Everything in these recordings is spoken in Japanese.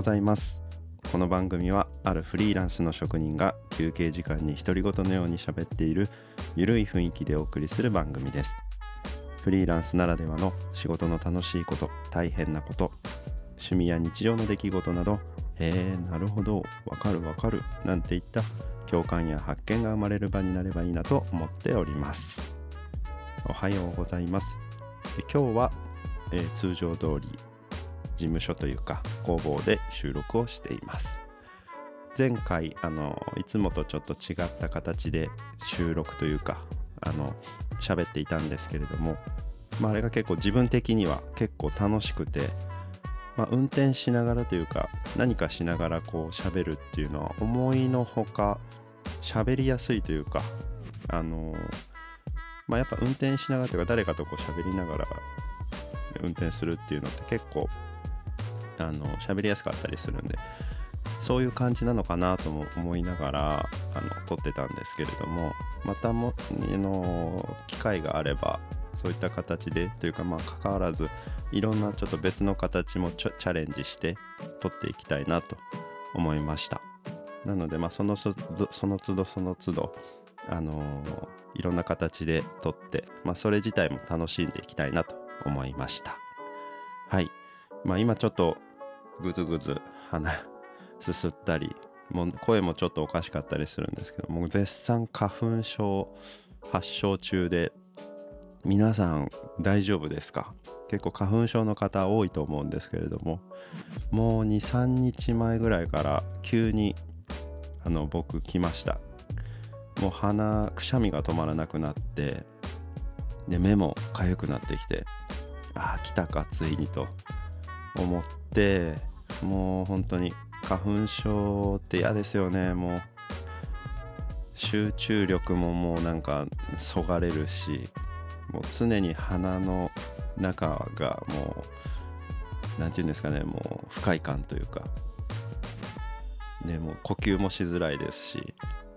ざいます。この番組はあるフリーランスの職人が休憩時間に独り言のように喋っているゆるい雰囲気でお送りする番組です。フリーランスならではの仕事の楽しいこと、大変なこと、趣味や日常の出来事など、なるほど、わかるわかるなんていった共感や発見が生まれる場になればいいなと思っております。おはようございます。今日は、通常通り事務所というか工房で収録をしています。前回いつもとちょっと違った形で収録というか喋っていたんですけれども、あれが結構自分的には結構楽しくて、運転しながらというか何かしながらこう喋るっていうのは思いのほか喋りやすいというかやっぱ運転しながらというか誰かとこう喋りながら運転するっていうのって結構喋りやすかったりするんで、そういう感じなのかなとも思いながら撮ってたんですけれども、またも機会があればそういった形でというか関わらずいろんなちょっと別の形もチャレンジして撮っていきたいなと思いました。なのでその都度いろんな形で撮って、それ自体も楽しんでいきたいなと思いました。はい。今ちょっとぐずぐず鼻すすったりもう声もちょっとおかしかったりするんですけども、絶賛花粉症発症中で、皆さん大丈夫ですか？結構花粉症の方多いと思うんですけれども、もう 2,3 日前ぐらいから急に僕来ました。もうくしゃみが止まらなくなって、で目も痒くなってきて、来たかついにと思って、もう本当に花粉症って嫌ですよね。もう集中力ももうなんかそがれるし、もう常に鼻の中がもうなんていうんですかね、もう不快感というかね、もう呼吸もしづらいですし、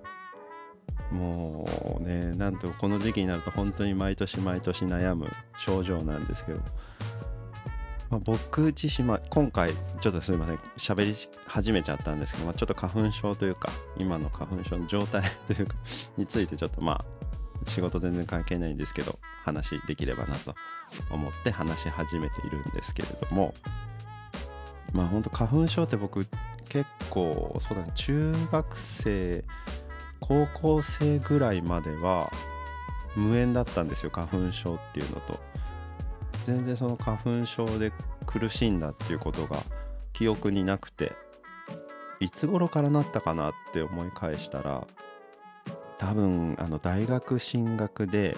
もうね、なんとこの時期になると本当に毎年毎年悩む症状なんですけど、僕自身、今回ちょっとすいません喋り始めちゃったんですけど、ちょっと花粉症というか今の花粉症の状態というかについてちょっと仕事全然関係ないんですけど話できればなと思って話し始めているんですけれども、本当花粉症って僕結構そうだね、中学生高校生ぐらいまでは無縁だったんですよ、花粉症っていうのと。全然その花粉症で苦しんだっていうことが記憶になくて、いつ頃からなったかなって思い返したら、多分大学進学で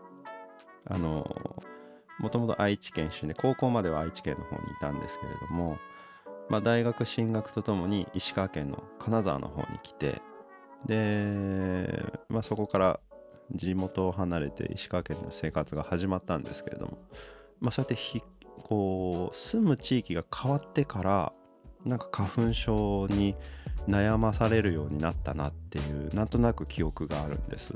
もともと愛知県出身で高校までは愛知県の方にいたんですけれども、大学進学とともに石川県の金沢の方に来て、で、そこから地元を離れて石川県の生活が始まったんですけれども、そうやってこう住む地域が変わってからなんか花粉症に悩まされるようになったなっていうなんとなく記憶があるんです。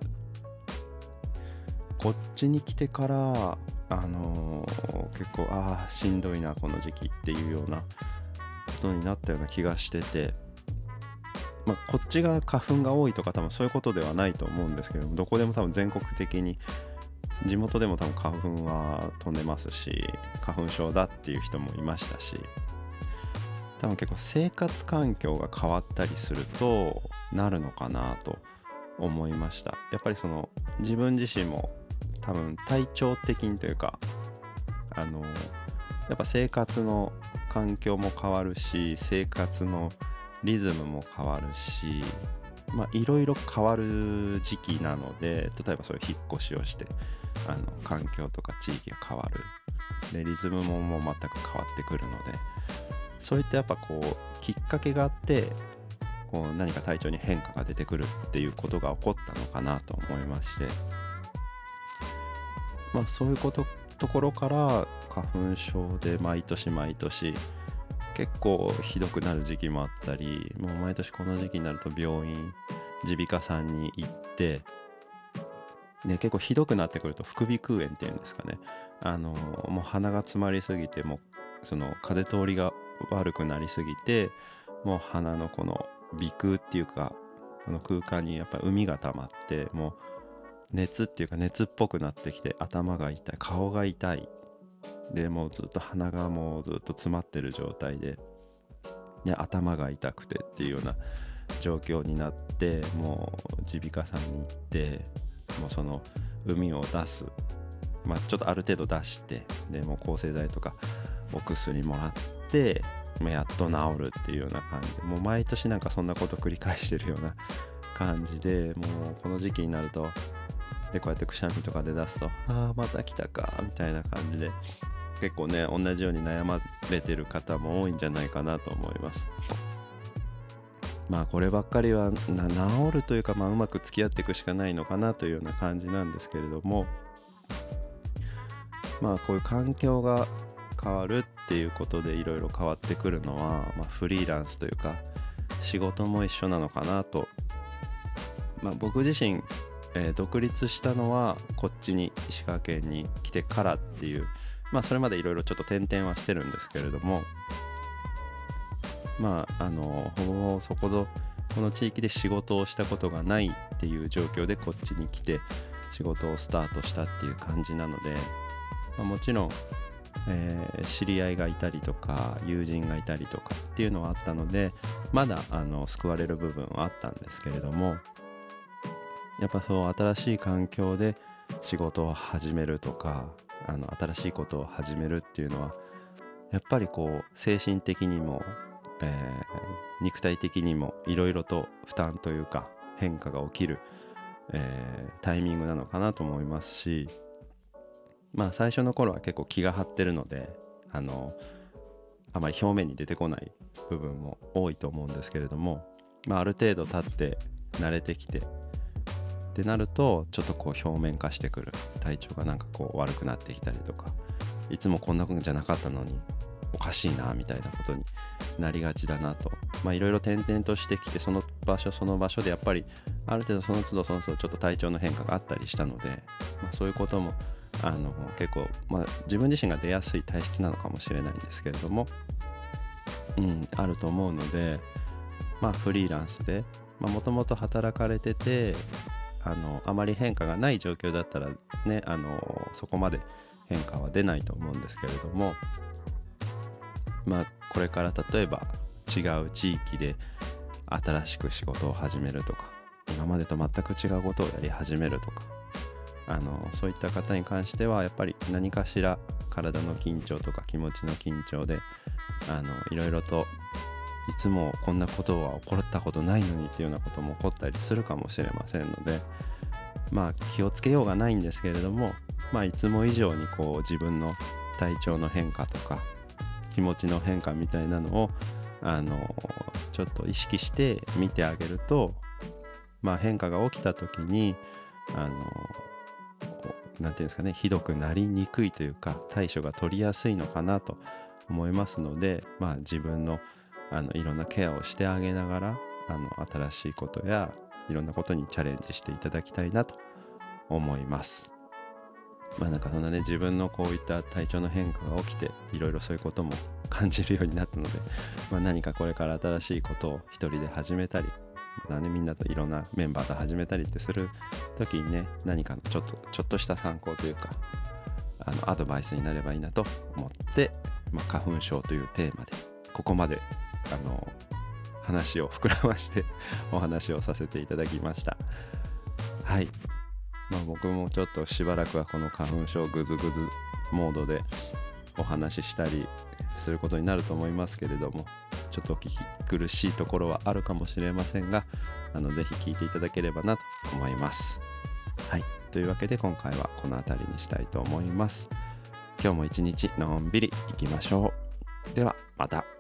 こっちに来てから結構しんどいなこの時期っていうようなことになったような気がしてて、こっちが花粉が多いとか多分そういうことではないと思うんですけども、どこでも多分全国的に地元でも多分花粉は飛んでますし、花粉症だっていう人もいましたし、多分結構生活環境が変わったりするとなるのかなと思いました。やっぱりその自分自身も多分体調的にというかやっぱ生活の環境も変わるし、生活のリズムも変わるし、いろいろ変わる時期なので、例えばそういう引っ越しをして環境とか地域が変わるで、リズムも全く変わってくるので、そういったやっぱこうきっかけがあってこう何か体調に変化が出てくるっていうことが起こったのかなと思いまして、そういうところから花粉症で毎年毎年結構ひどくなる時期もあったり、もう毎年この時期になると病院耳鼻科さんに行って、結構ひどくなってくると副鼻腔炎っていうんですかね、もう鼻が詰まりすぎてもうその風通りが悪くなりすぎて、もう鼻のこの鼻腔っていうかこの空間にやっぱ海が溜まって、もう熱っていうか熱っぽくなってきて、頭が痛い、顔が痛い、でもうずっと鼻がもうずっと詰まってる状態で、頭が痛くてっていうような状況になって、もう耳鼻科さんに行って、もうその膿を出す、ちょっとある程度出して、でもう抗生剤とかお薬もらって、やっと治るっていうような感じで、もう毎年なんかそんなこと繰り返してるような感じで、もうこの時期になると、でこうやってくしゃみとかで出すと、また来たかみたいな感じで、結構ね同じように悩まれてる方も多いんじゃないかなと思います。こればっかりは治るというか、うまく付き合っていくしかないのかなというような感じなんですけれども、こういう環境が変わるっていうことでいろいろ変わってくるのは、フリーランスというか仕事も一緒なのかなと。僕自身、独立したのはこっちに石川県に来てからっていう、それまでいろいろちょっと転々はしてるんですけれども、ほぼそこの地域で仕事をしたことがないっていう状況でこっちに来て仕事をスタートしたっていう感じなので、もちろん、知り合いがいたりとか友人がいたりとかっていうのはあったので、まだ救われる部分はあったんですけれども、やっぱそう新しい環境で仕事を始めるとか、新しいことを始めるっていうのはやっぱりこう精神的にも、肉体的にもいろいろと負担というか変化が起きる、タイミングなのかなと思いますし、最初の頃は結構気が張ってるので、あまり表面に出てこない部分も多いと思うんですけれども、ある程度経って慣れてきてってなると、ちょっとこう表面化してくる、体調がなんかこう悪くなってきたりとか、いつもこんなことじゃなかったのにおかしいなみたいなことになりがちだなと。いろいろ転々としてきて、その場所でやっぱりある程度その都度ちょっと体調の変化があったりしたので、そういうことも結構、自分自身が出やすい体質なのかもしれないんですけれども、あると思うので、フリーランスでもともと働かれてて、あまり変化がない状況だったらね、そこまで変化は出ないと思うんですけれども、これから例えば違う地域で新しく仕事を始めるとか、今までと全く違うことをやり始めるとか、そういった方に関してはやっぱり何かしら体の緊張とか気持ちの緊張でいろいろと、いつもこんなことは起こったことないのにっていうようなことも起こったりするかもしれませんので、気をつけようがないんですけれども、いつも以上にこう自分の体調の変化とか気持ちの変化みたいなのをちょっと意識して見てあげると、変化が起きた時になんていうんですかね、ひどくなりにくいというか対処が取りやすいのかなと思いますので、自分のいろんなケアをしてあげながら新しいことやいろんなことにチャレンジしていただきたいなと思います。なんかそんなね、自分のこういった体調の変化が起きていろいろそういうことも感じるようになったので、何かこれから新しいことを一人で始めたり、みんなといろんなメンバーと始めたりってする時にね、何かのちょっとした参考というかアドバイスになればいいなと思って、花粉症というテーマでここまで話を膨らましてお話をさせていただきました。はい、僕もちょっとしばらくはこの花粉症グズグズモードでお話ししたりすることになると思いますけれども、ちょっとお聞き苦しいところはあるかもしれませんが、ぜひ聞いていただければなと思います。はい、というわけで今回はこの辺りにしたいと思います。今日も一日のんびりいきましょう。ではまた。